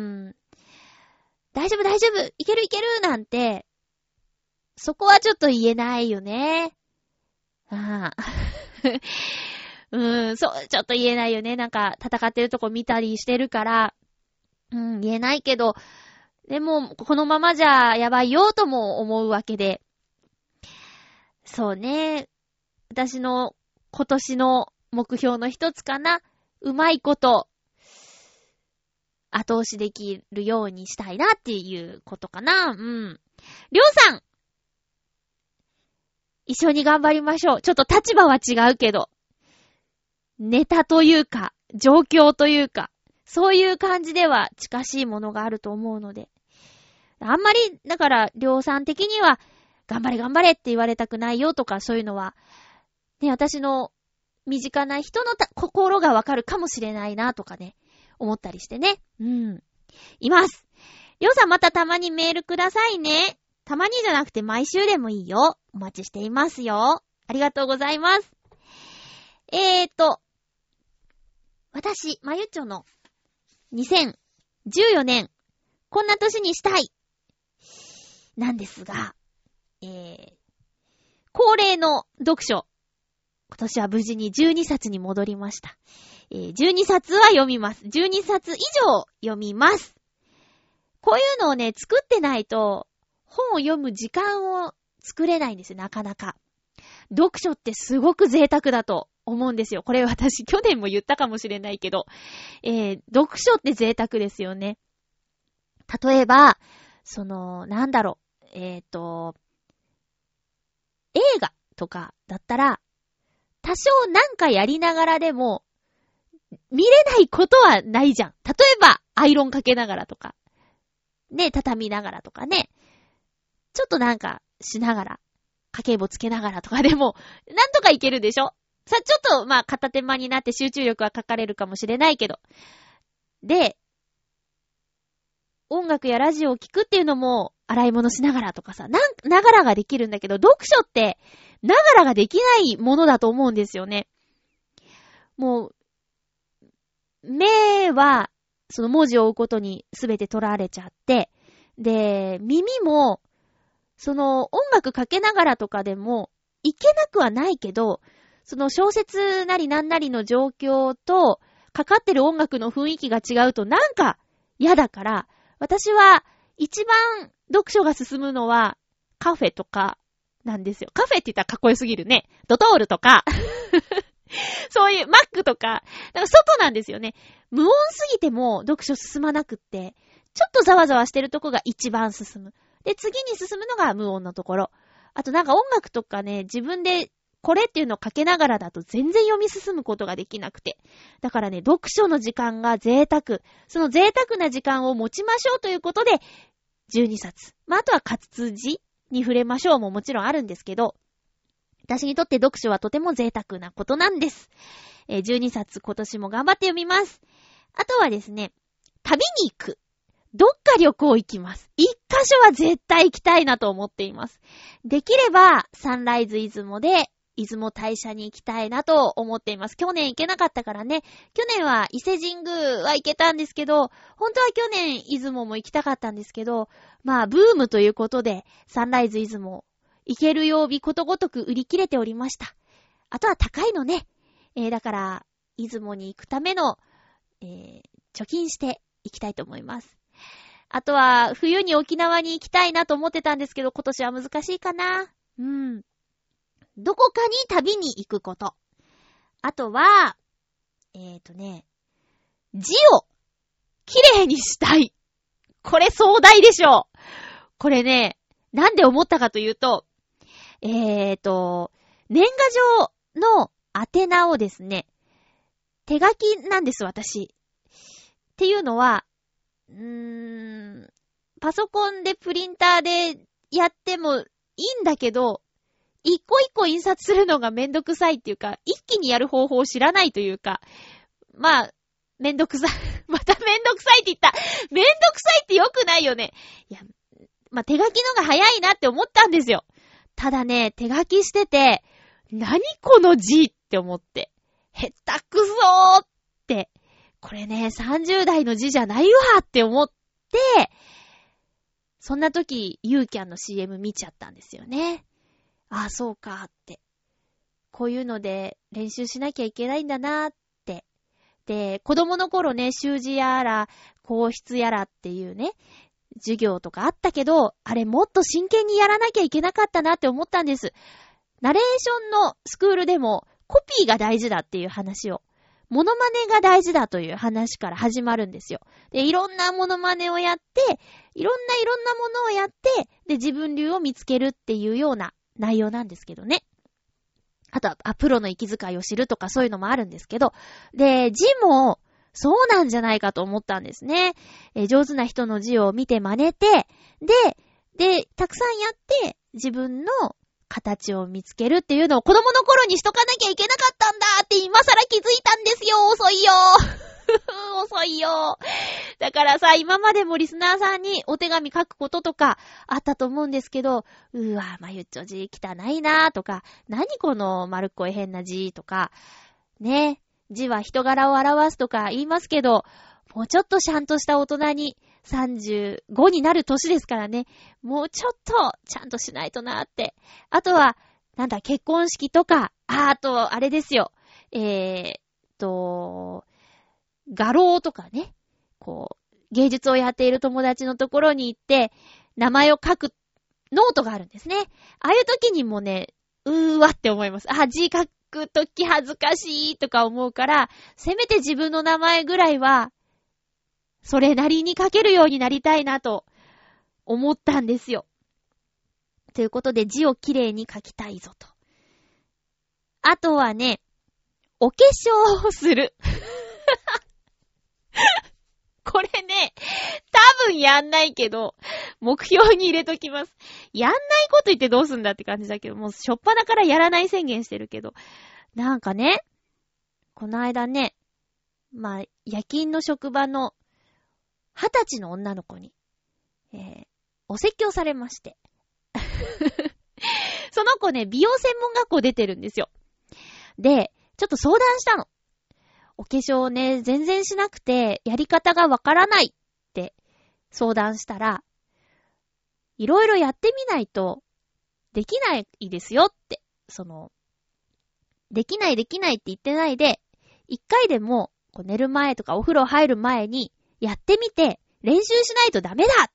大丈夫、いけるなんて、そこはちょっと言えないよね。そう、ちょっと言えないよね。なんか戦ってるとこ見たりしてるから、言えないけど、でもこのままじゃやばいよとも思うわけで。そうね。私の今年の目標の一つかな。うまいこと後押しできるようにしたいなっていうことかな。りょうさん、一緒に頑張りましょう。ちょっと立場は違うけど、ネタというか状況というか、そういう感じでは近しいものがあると思うので、あんまりだからりょうさん的には頑張れって言われたくないよとか、そういうのはね、私の身近な人の心がわかるかもしれないなとかね、思ったりしてね。います。りょうさんまたたまにメールくださいね。たまにじゃなくて毎週でもいいよ。お待ちしていますよ。ありがとうございます。私、まゆっちょの2014年、こんな年にしたい。なんですが、恒例の読書。今年は無事に12冊に戻りました。12冊は読みます。12冊以上読みます。こういうのをね、作ってないと、本を読む時間を作れないんですよ、なかなか。読書ってすごく贅沢だと思うんですよ。これ私、去年も言ったかもしれないけど、読書って贅沢ですよね。例えば、 とかだったら、多少なんかやりながらでも、見れないことはないじゃん。例えば、アイロンかけながらとか、ね、畳みながらとかね、ちょっとなんかしながら、家計簿つけながらとかでも、なんとかいけるでしょ？ちょっと、片手間になって集中力はかかれるかもしれないけど。で、音楽やラジオを聴くっていうのも、洗い物しながらとかさ、ながらができるんだけど、読書って、ながらができないものだと思うんですよね。もう、目は、その文字を追うことに全て取られちゃって、で、耳も、その音楽かけながらとかでも、いけなくはないけど、その小説なりなんなりの状況と、かかってる音楽の雰囲気が違うとなんか嫌だから、私は一番読書が進むのはカフェとかなんですよ。カフェって言ったらかっこよすぎるね。ドトールとか、そういうマックとか、なんか外なんですよね。無音すぎても読書進まなくって、ちょっとざわざわしてるとこが一番進む。で、次に進むのが無音のところ。あとなんか音楽とかね、自分でこれっていうのをかけながらだと全然読み進むことができなくて。だからね、読書の時間が贅沢。その贅沢な時間を持ちましょうということで、12冊。あとは活字に触れましょうももちろんあるんですけど、私にとって読書はとても贅沢なことなんです。12冊今年も頑張って読みます。あとはですね、旅に行く。どっか旅行行きます。一箇所は絶対行きたいなと思っています。できれば、サンライズ出雲で、出雲大社に行きたいなと思っています。去年行けなかったからね。去年は伊勢神宮は行けたんですけど、本当は去年出雲も行きたかったんですけど、ブームということで、サンライズ出雲、行ける曜日ことごとく売り切れておりました。あとは高いのね。だから、出雲に行くための、貯金して行きたいと思います。あとは、冬に沖縄に行きたいなと思ってたんですけど、今年は難しいかな。どこかに旅に行くこと。あとは、字をきれいにしたい。これ壮大でしょう。これね、なんで思ったかというと、年賀状の宛名をですね、手書きなんです、私。っていうのは、パソコンでプリンターでやってもいいんだけど、一個一個印刷するのがめんどくさいっていうか、一気にやる方法を知らないというか、めんどくさい。まためんどくさいって言った。めんどくさいって良くないよね。いや、手書きのが早いなって思ったんですよ。ただね、手書きしてて、何この字って思って。へったくそーって。これね、30代の字じゃないわって思って、そんな時、ユーキャンの CM 見ちゃったんですよね。ああ、そうかって。こういうので練習しなきゃいけないんだなって。で、子供の頃ね、習字やら、硬筆やらっていうね、授業とかあったけど、あれもっと真剣にやらなきゃいけなかったなって思ったんです。ナレーションのスクールでもコピーが大事だっていう話を、モノマネが大事だという話から始まるんですよ。で、いろんなモノマネをやって、いろんなものをやって、で、自分流を見つけるっていうような内容なんですけどね。あとは、プロの息遣いを知るとかそういうのもあるんですけど、で、字もそうなんじゃないかと思ったんですね。上手な人の字を見て真似て、で、たくさんやって、自分の形を見つけるっていうのを子供の頃にしとかなきゃいけなかったんだって今更気づいたんですよ。遅いよ。遅いよ。だからさ、今までもリスナーさんにお手紙書くこととかあったと思うんですけど、まゆっちょ字汚いなとか、何この丸っこい変な字とか、ね、字は人柄を表すとか言いますけど、もうちょっとちゃんとした大人に35になる年ですからね、もうちょっとちゃんとしないとなって。あとは、結婚式とか、あと、あれですよ。画廊とかね、芸術をやっている友達のところに行って、名前を書くノートがあるんですね。ああいう時にもね、わって思います。字書くとき恥ずかしいとか思うから、せめて自分の名前ぐらいは、それなりに書けるようになりたいなと思ったんですよ。ということで字をきれいに書きたいぞと。 あとはね、お化粧をする。これね、多分やんないけど、目標に入れときます。やんないこと言ってどうすんだって感じだけど、もうしょっぱなからやらない宣言してるけど。なんかね、この間ね、夜勤の職場の20歳の女の子に、お説教されまして。その子ね、美容専門学校出てるんですよ。で、ちょっと相談したの。お化粧をね、全然しなくて、やり方がわからないって相談したら、いろいろやってみないと、できないですよって、できないって言ってないで、一回でも、寝る前とかお風呂入る前に、やってみて、練習しないとダメだって、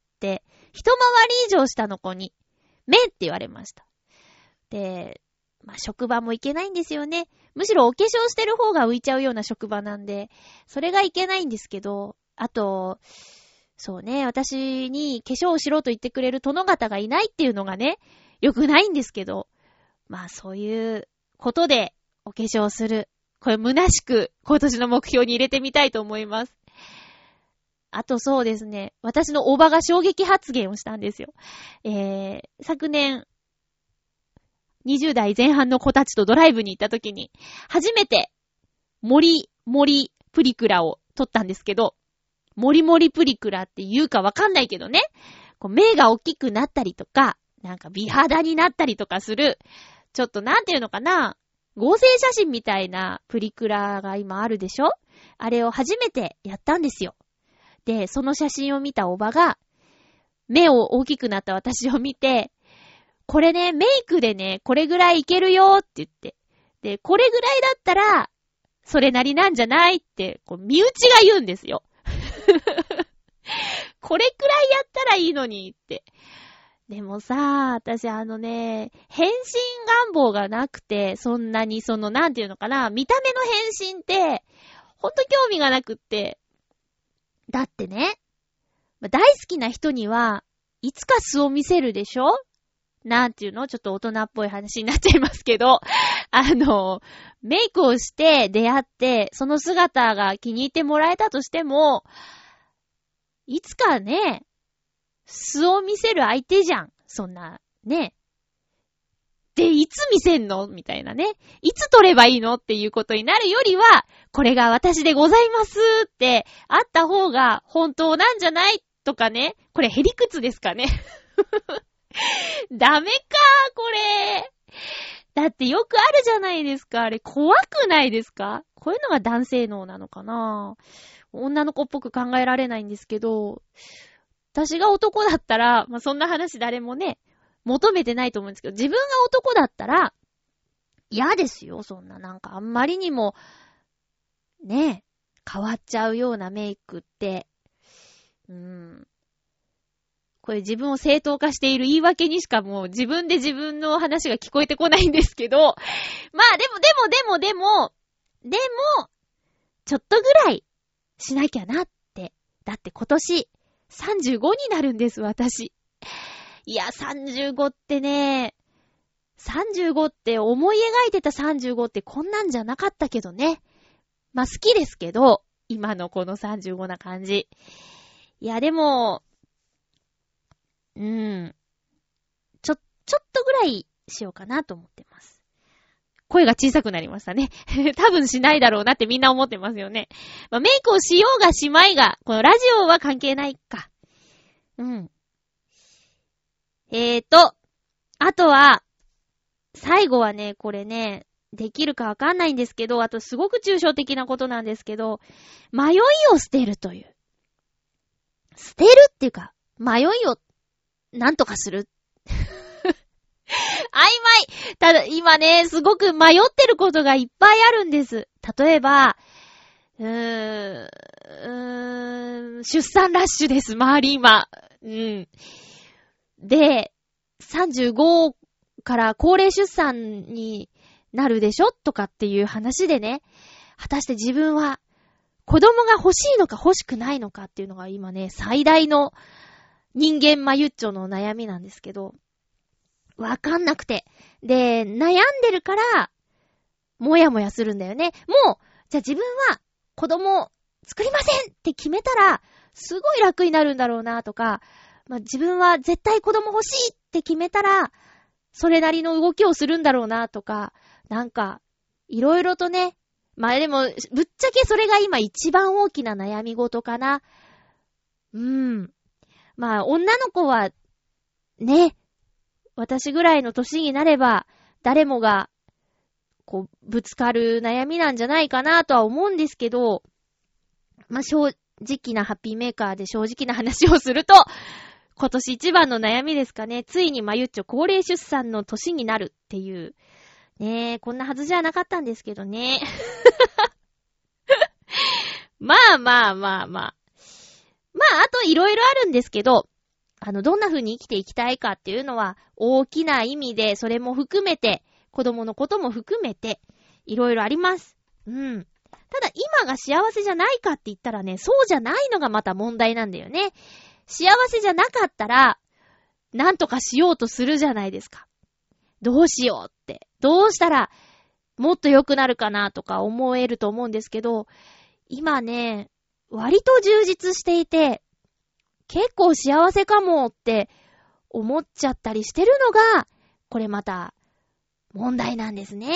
一回り以上下の子に、って言われました。で、職場も行けないんですよね。むしろお化粧してる方が浮いちゃうような職場なんで、それがいけないんですけど、あと、そうね、私に化粧をしろと言ってくれる殿方がいないっていうのがね、良くないんですけど、そういうことでお化粧する。これ虚しく今年の目標に入れてみたいと思います。あとそうですね、私のおばが衝撃発言をしたんですよ。昨年、20代前半の子たちとドライブに行った時に、初めて、モリプリクラを撮ったんですけど、モリプリクラって言うかわかんないけどね、目が大きくなったりとか、なんか美肌になったりとかする、ちょっとなんていうのかな、合成写真みたいなプリクラが今あるでしょ？あれを初めてやったんですよ。で、その写真を見たおばが、目を大きくなった私を見て、これね、メイクでね、これぐらいいけるよって言って。で、これぐらいだったら、それなりなんじゃないって、身内が言うんですよ。これくらいやったらいいのにって。でもさ、私変身願望がなくて、そんなになんていうのかな、見た目の変身って、ほんと興味がなくって。だってね、大好きな人には、いつか素を見せるでしょ？なんていうの？ちょっと大人っぽい話になっちゃいますけど、メイクをして出会って、その姿が気に入ってもらえたとしても、いつかね、素を見せる相手じゃん。そんな、ね。で、いつ見せんの？みたいなね。いつ撮ればいいの？っていうことになるよりは、これが私でございますってあった方が本当なんじゃない？とかね。これヘリクツですかね。ダメかこれ。だってよくあるじゃないですか。あれ怖くないですか？こういうのが男性脳なのかな？女の子っぽく考えられないんですけど、私が男だったら、そんな話誰もね、求めてないと思うんですけど、自分が男だったら、嫌ですよ、そんな。なんかあんまりにも、ね、変わっちゃうようなメイクって。これ自分を正当化している言い訳にしかもう自分で自分の話が聞こえてこないんですけど、でも、ちょっとぐらいしなきゃなって。だって今年35になるんです、私。いや、35ってね、35って思い描いてた35ってこんなんじゃなかったけどね。好きですけど、今のこの35な感じ。いや、でも、ちょっとぐらいしようかなと思ってます。声が小さくなりましたね。多分しないだろうなってみんな思ってますよね。メイクをしようがしまいが、このラジオは関係ないか。あとは、最後はね、これね、できるかわかんないんですけど、あとすごく抽象的なことなんですけど、迷いを捨てるという。捨てるっていうか、迷いをなんとかする。曖昧。ただ今ね、すごく迷ってることがいっぱいあるんです。例えば、出産ラッシュです、周り今。で、35から高齢出産になるでしょとかっていう話でね、果たして自分は子供が欲しいのか欲しくないのかっていうのが今ね、最大の人間マユッチョの悩みなんですけど、わかんなくて。で、悩んでるから、 もやもやするんだよね。もう、じゃあ自分は子供作りませんって決めたら、すごい楽になるんだろうなとか、自分は絶対子供欲しいって決めたら、それなりの動きをするんだろうなとか、なんか、いろいろとね、でも、ぶっちゃけそれが今一番大きな悩み事かな。女の子は、ね、私ぐらいの年になれば、誰もが、ぶつかる悩みなんじゃないかなとは思うんですけど、正直なハッピーメーカーで正直な話をすると、今年一番の悩みですかね。ついにまゆっちょ高齢出産の年になるっていう。ねえ、こんなはずじゃなかったんですけどね。あといろいろあるんですけど、どんな風に生きていきたいかっていうのは、大きな意味で、それも含めて、子供のことも含めて、いろいろあります。ただ今が幸せじゃないかって言ったらね、そうじゃないのがまた問題なんだよね。幸せじゃなかったら、なんとかしようとするじゃないですか。どうしようって。どうしたら、もっと良くなるかなとか思えると思うんですけど、今ね、割と充実していて、結構幸せかもって思っちゃったりしてるのが、これまた問題なんですね。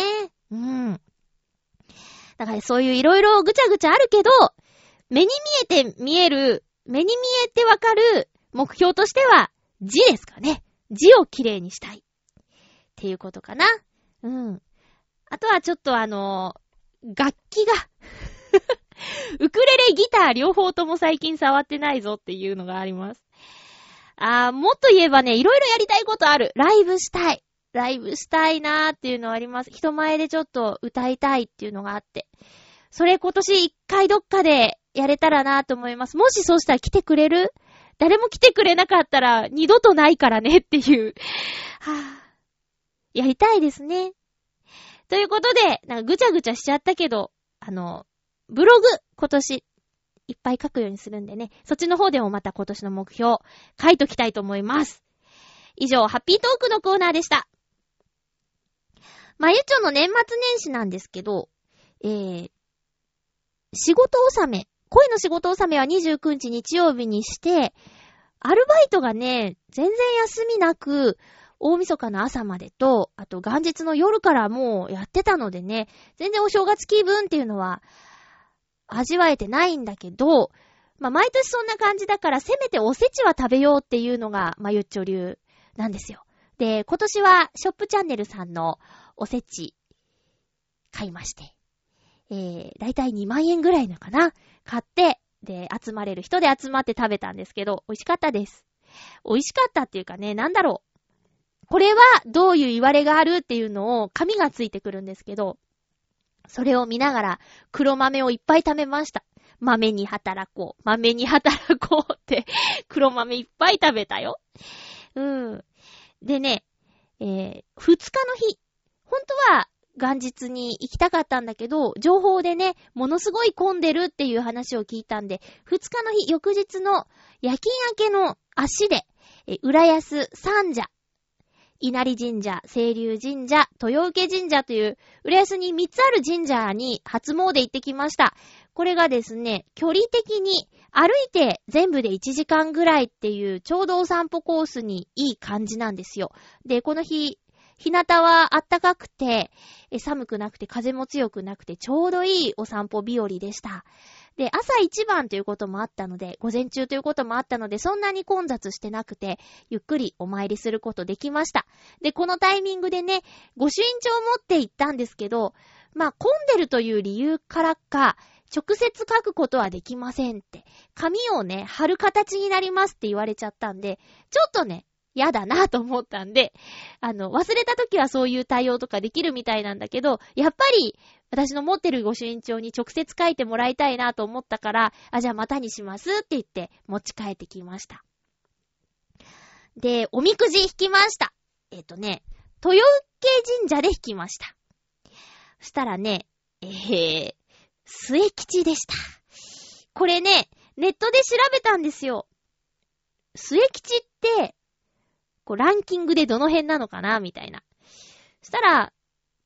だからそういういろいろぐちゃぐちゃあるけど、目に見えてわかる目標としては字ですかね。字をきれいにしたい。っていうことかな。あとはちょっと楽器がウクレレ、ギター両方とも最近触ってないぞっていうのがあります。もっと言えばね、いろいろやりたいことある。ライブしたいなーっていうのはあります。人前でちょっと歌いたいっていうのがあって。それ今年一回どっかでやれたらなと思います。もしそうしたら来てくれる？誰も来てくれなかったら二度とないからねっていう。やりたいですね。ということで、ぐちゃぐちゃしちゃったけど、ブログ今年いっぱい書くようにするんでね、そっちの方でもまた今年の目標書いときたいと思います。以上、ハッピートークのコーナーでした。まゆちょの年末年始なんですけど、仕事納め、声の仕事納めは29日日曜日にして、アルバイトがね、全然休みなく、大晦日の朝までと、あと元日の夜からもうやってたのでね、全然お正月気分っていうのは味わえてないんだけど、毎年そんな感じだからせめておせちは食べようっていうのがまゆっちょ流なんですよ。で、今年はショップチャンネルさんのおせち買いまして、だいたい2万円ぐらいのかな買って、で、集まれる人で集まって食べたんですけど、美味しかったです。美味しかったっていうかね、なんだろう。これはどういう言われがあるっていうのを紙がついてくるんですけど、それを見ながら黒豆をいっぱい食べました。豆に働こうって黒豆いっぱい食べたよ。でね、2日の日、本当は元日に行きたかったんだけど、情報でね、ものすごい混んでるっていう話を聞いたんで、2日の日、翌日の夜勤明けの足で、浦安三社、稲荷神社、清流神社、豊受神社という浦安に3つある神社に初詣行ってきました。これがですね、距離的に歩いて全部で1時間ぐらいっていうちょうどお散歩コースにいい感じなんですよ。で、この日、日向は暖かくて、寒くなくて風も強くなくてちょうどいいお散歩日和でした。で、朝一番ということもあったので、午前中ということもあったので、そんなに混雑してなくて、ゆっくりお参りすることできました。で、このタイミングでね、御朱印帳を持って行ったんですけど、混んでるという理由からか、直接書くことはできませんって、紙をね、貼る形になりますって言われちゃったんで、ちょっとね、嫌だなと思ったんで、忘れた時はそういう対応とかできるみたいなんだけど、やっぱり私の持ってる御朱印帳に直接書いてもらいたいなと思ったから、じゃあまたにしますって言って持ち帰ってきました。で、おみくじ引きました。豊受神社で引きました。そしたらね、末吉でした。これね、ネットで調べたんですよ。末吉って、ランキングでどの辺なのかなみたいな。そしたら、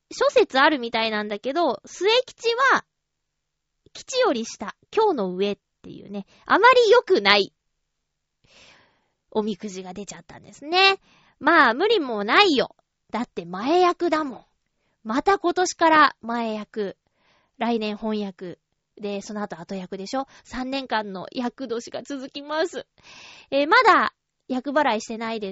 諸説あるみたいなんだけど、末吉は、吉より下、今日の上っていうね、あまり良くないおみくじが出ちゃったんですね。まあ、無理もないよ。だって前役だもん。また今年から前役、来年翻訳、で、その後後役でしょ ?3 年間の役年が続きます。まだ役払いしてないです。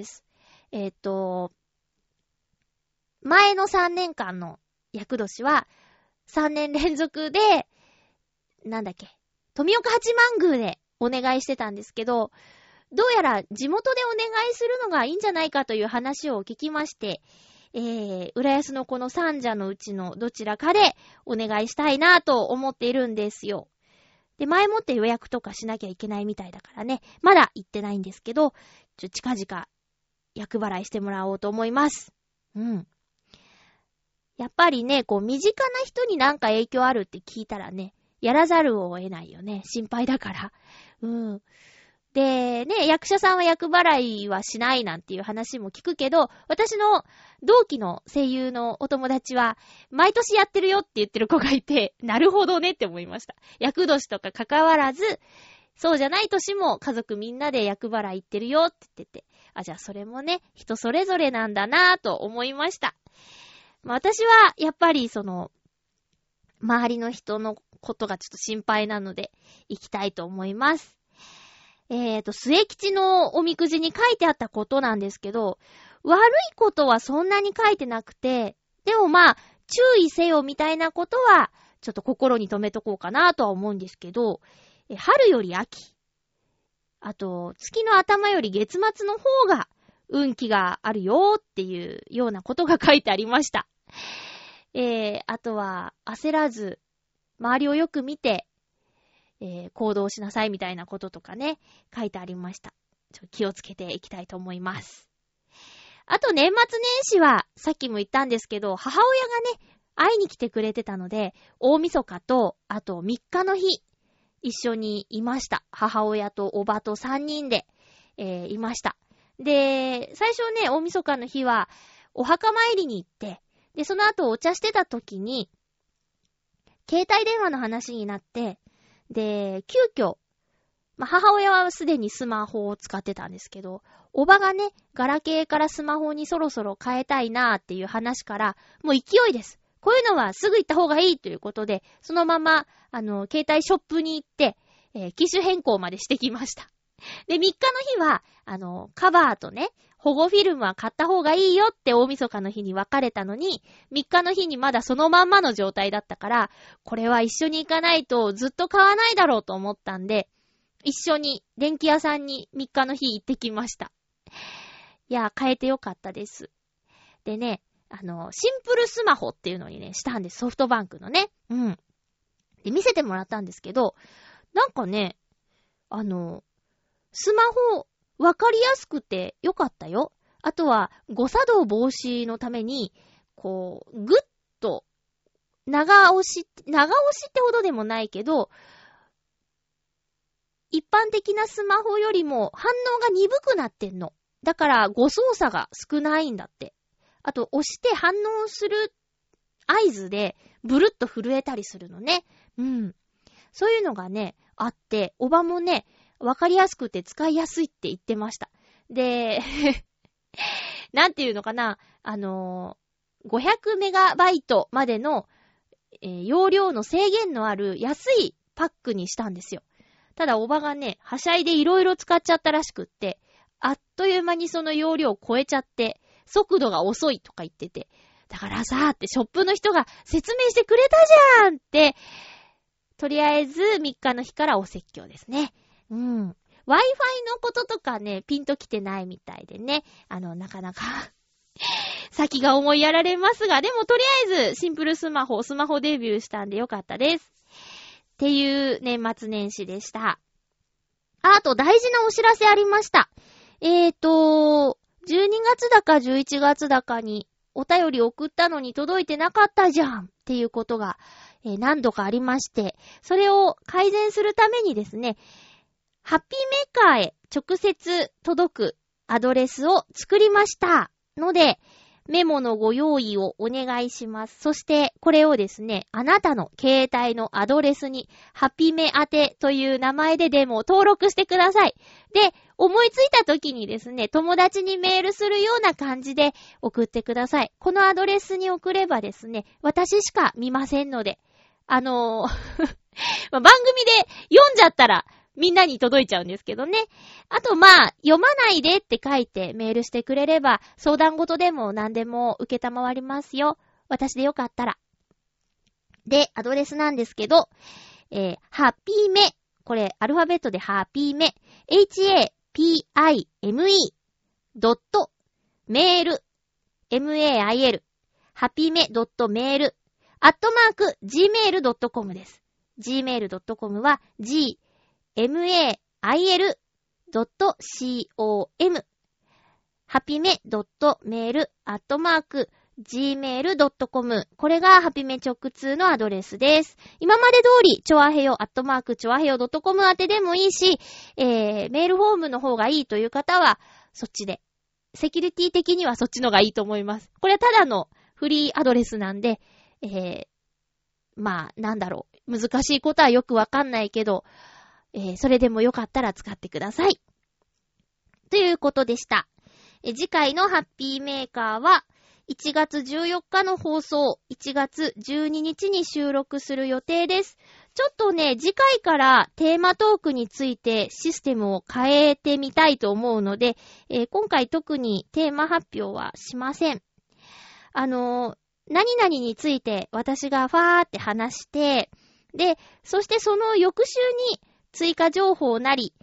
前の3年間の役年は3年連続で、なんだっけ、富岡八幡宮でお願いしてたんですけど、どうやら地元でお願いするのがいいんじゃないかという話を聞きまして、浦安のこの三社のうちのどちらかでお願いしたいなと思っているんですよ。で、前もって予約とかしなきゃいけないみたいだからね、まだ行ってないんですけど、近々厄払いしてもらおうと思います。うん。やっぱりね、こう身近な人になんか影響あるって聞いたらね、やらざるを得ないよね。心配だから。うん。で、ね、役者さんは役払いはしないなんていう話も聞くけど、私の同期の声優のお友達は、毎年やってるよって言ってる子がいて、なるほどねって思いました。役年とか関わらず、そうじゃない年も家族みんなで役払い行ってるよって言ってて、あ、じゃあそれもね、人それぞれなんだなぁと思いました。まあ、私はやっぱり周りの人のことがちょっと心配なので、行きたいと思います。末吉のおみくじに書いてあったことなんですけど、悪いことはそんなに書いてなくて、でもまあ、注意せよみたいなことは、ちょっと心に留めとこうかなとは思うんですけど、春より秋、あと、月の頭より月末の方が、運気があるよっていうようなことが書いてありました。あとは、焦らず、周りをよく見て、行動しなさいみたいなこととかね、書いてありました。気をつけていきたいと思います。あと年末年始は、さっきも言ったんですけど、母親がね、会いに来てくれてたので、大晦日と、あと3日の日、一緒にいました。母親とおばと3人で、いました。で、最初ね、大晦日の日は、お墓参りに行って、で、その後お茶してた時に、携帯電話の話になって、で、急遽、母親はすでにスマホを使ってたんですけど、おばがね、ガラケーからスマホにそろそろ変えたいなーっていう話から、もう勢いです。こういうのはすぐ行った方がいいということで、そのまま、携帯ショップに行って、機種変更までしてきました。で、3日の日は、カバーとね、保護フィルムは買った方がいいよって大晦日の日に別れたのに、3日の日にまだそのまんまの状態だったから、これは一緒に行かないとずっと買わないだろうと思ったんで、一緒に電気屋さんに3日の日行ってきました。いや、買えてよかったです。でね、シンプルスマホっていうのにね、したんです。ソフトバンクのね。うん。で、見せてもらったんですけど、なんかね、スマホ、わかりやすくてよかったよ。あとは、誤作動防止のために、こう、ぐっと、長押しってほどでもないけど、一般的なスマホよりも反応が鈍くなってんの。だから誤操作が少ないんだって。あと押して反応する合図でブルッと震えたりするのね。うん。そういうのがね、あって、おばもね、わかりやすくて使いやすいって言ってました。で、なんていうのかな、500メガバイトまでの、容量の制限のある安いパックにしたんですよ。ただおばがね、はしゃいでいろいろ使っちゃったらしくって、あっという間にその容量を超えちゃって、速度が遅いとか言ってて、だからさーってショップの人が説明してくれたじゃんって、とりあえず3日の日からお説教ですね。うん。Wi-Fi のこととかね、ピンときてないみたいでね、なかなか先が思いやられますが、でもとりあえずシンプルスマホデビューしたんでよかったです。っていう年末年始でした。あと大事なお知らせありました。12月だか11月だかにお便り送ったのに届いてなかったじゃんっていうことが、何度かありまして、それを改善するためにですね、ハッピーメーカーへ直接届くアドレスを作りましたので、 メモのご用意をお願いします。そしてこれをですね、あなたの携帯のアドレスにハピメ宛てという名前でデモを登録してください。で、思いついた時にですね、友達にメールするような感じで送ってください。このアドレスに送ればですね、私しか見ませんので、番組で読んじゃったらみんなに届いちゃうんですけどね。あと読まないでって書いてメールしてくれれば相談事でも何でも受けたまわりますよ。私でよかったら。で、アドレスなんですけど、ハピメ。これアルファベットでハピメ。HAPIME.mail mail ハピメ .mail @gmail.com です。gmail.com は gmail.com ハピメ .mail @gmail.com これがハピメ直通のアドレスです。今まで通りチョアヘヨ@choaheyo.com 宛てでもいいし、メールフォームの方がいいという方はそっちで、セキュリティ的にはそっちのがいいと思います。これはただのフリーアドレスなんで、難しいことはよくわかんないけど、それでもよかったら使ってください。ということでした。次回のハッピーメーカーは1月14日の放送、1月12日に収録する予定です。ちょっとね、次回からテーマトークについてシステムを変えてみたいと思うので、今回特にテーマ発表はしません。何々について私がファーって話して、で、そしてその翌週に追加情報なり、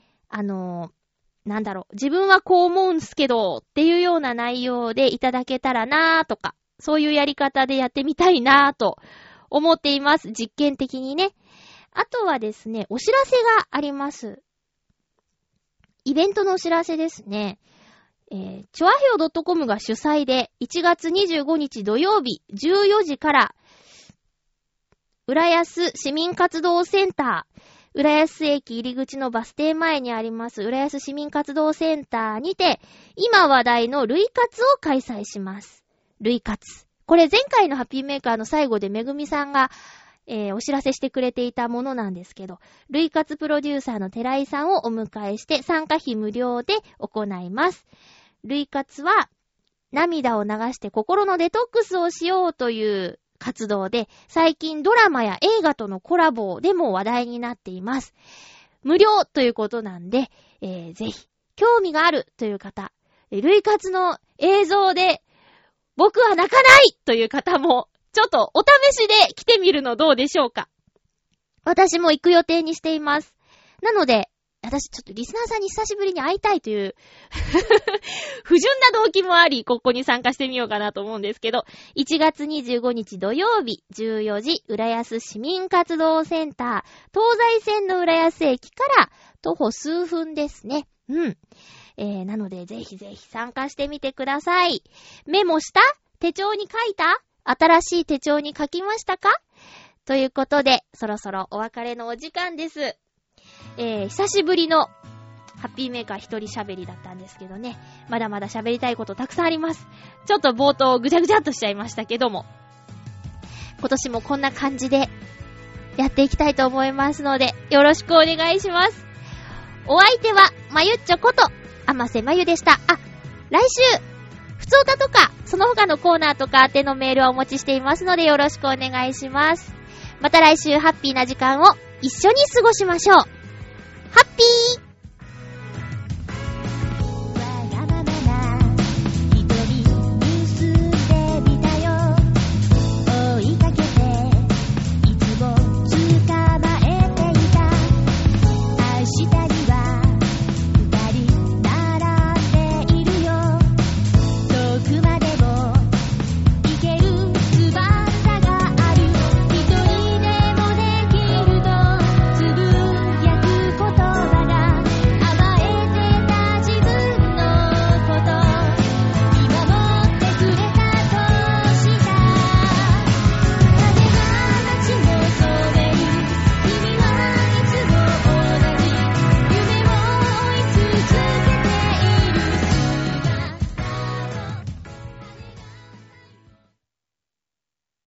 自分はこう思うんすけどっていうような内容でいただけたらなーとか、そういうやり方でやってみたいなーと思っています。実験的にね。あとはですね、お知らせがあります。イベントのお知らせですね。チョアヘオ .com が主催で1月25日土曜日14時から浦安市民活動センター、浦安駅入り口のバス停前にあります浦安市民活動センターにて今話題の類活を開催します。類活。これ前回のハッピーメーカーの最後でめぐみさんが、お知らせしてくれていたものなんですけど、類活プロデューサーの寺井さんをお迎えして参加費無料で行います。類活は涙を流して心のデトックスをしようという活動で、最近ドラマや映画とのコラボでも話題になっています。無料ということなんで、ぜひ興味があるという方、類活の映像で僕は泣かないという方もちょっとお試しで来てみるのどうでしょうか。私も行く予定にしています。なので私ちょっとリスナーさんに久しぶりに会いたいという不純な動機もあり、ここに参加してみようかなと思うんですけど、1月25日土曜日14時、浦安市民活動センター、東西線の浦安駅から徒歩数分ですね。なのでぜひぜひ参加してみてください。メモした？手帳に書いた？新しい手帳に書きましたか？ということで、そろそろお別れのお時間です。久しぶりのハッピーメーカー一人喋りだったんですけどね。まだまだ喋りたいことたくさんあります。ちょっと冒頭ぐちゃぐちゃっとしちゃいましたけども。今年もこんな感じでやっていきたいと思いますので、よろしくお願いします。お相手は、まゆっちょこと、あませまゆでした。来週、ふつおたとか、その他のコーナーとか宛てのメールをお持ちしていますので、よろしくお願いします。また来週ハッピーな時間を一緒に過ごしましょう。ハッピー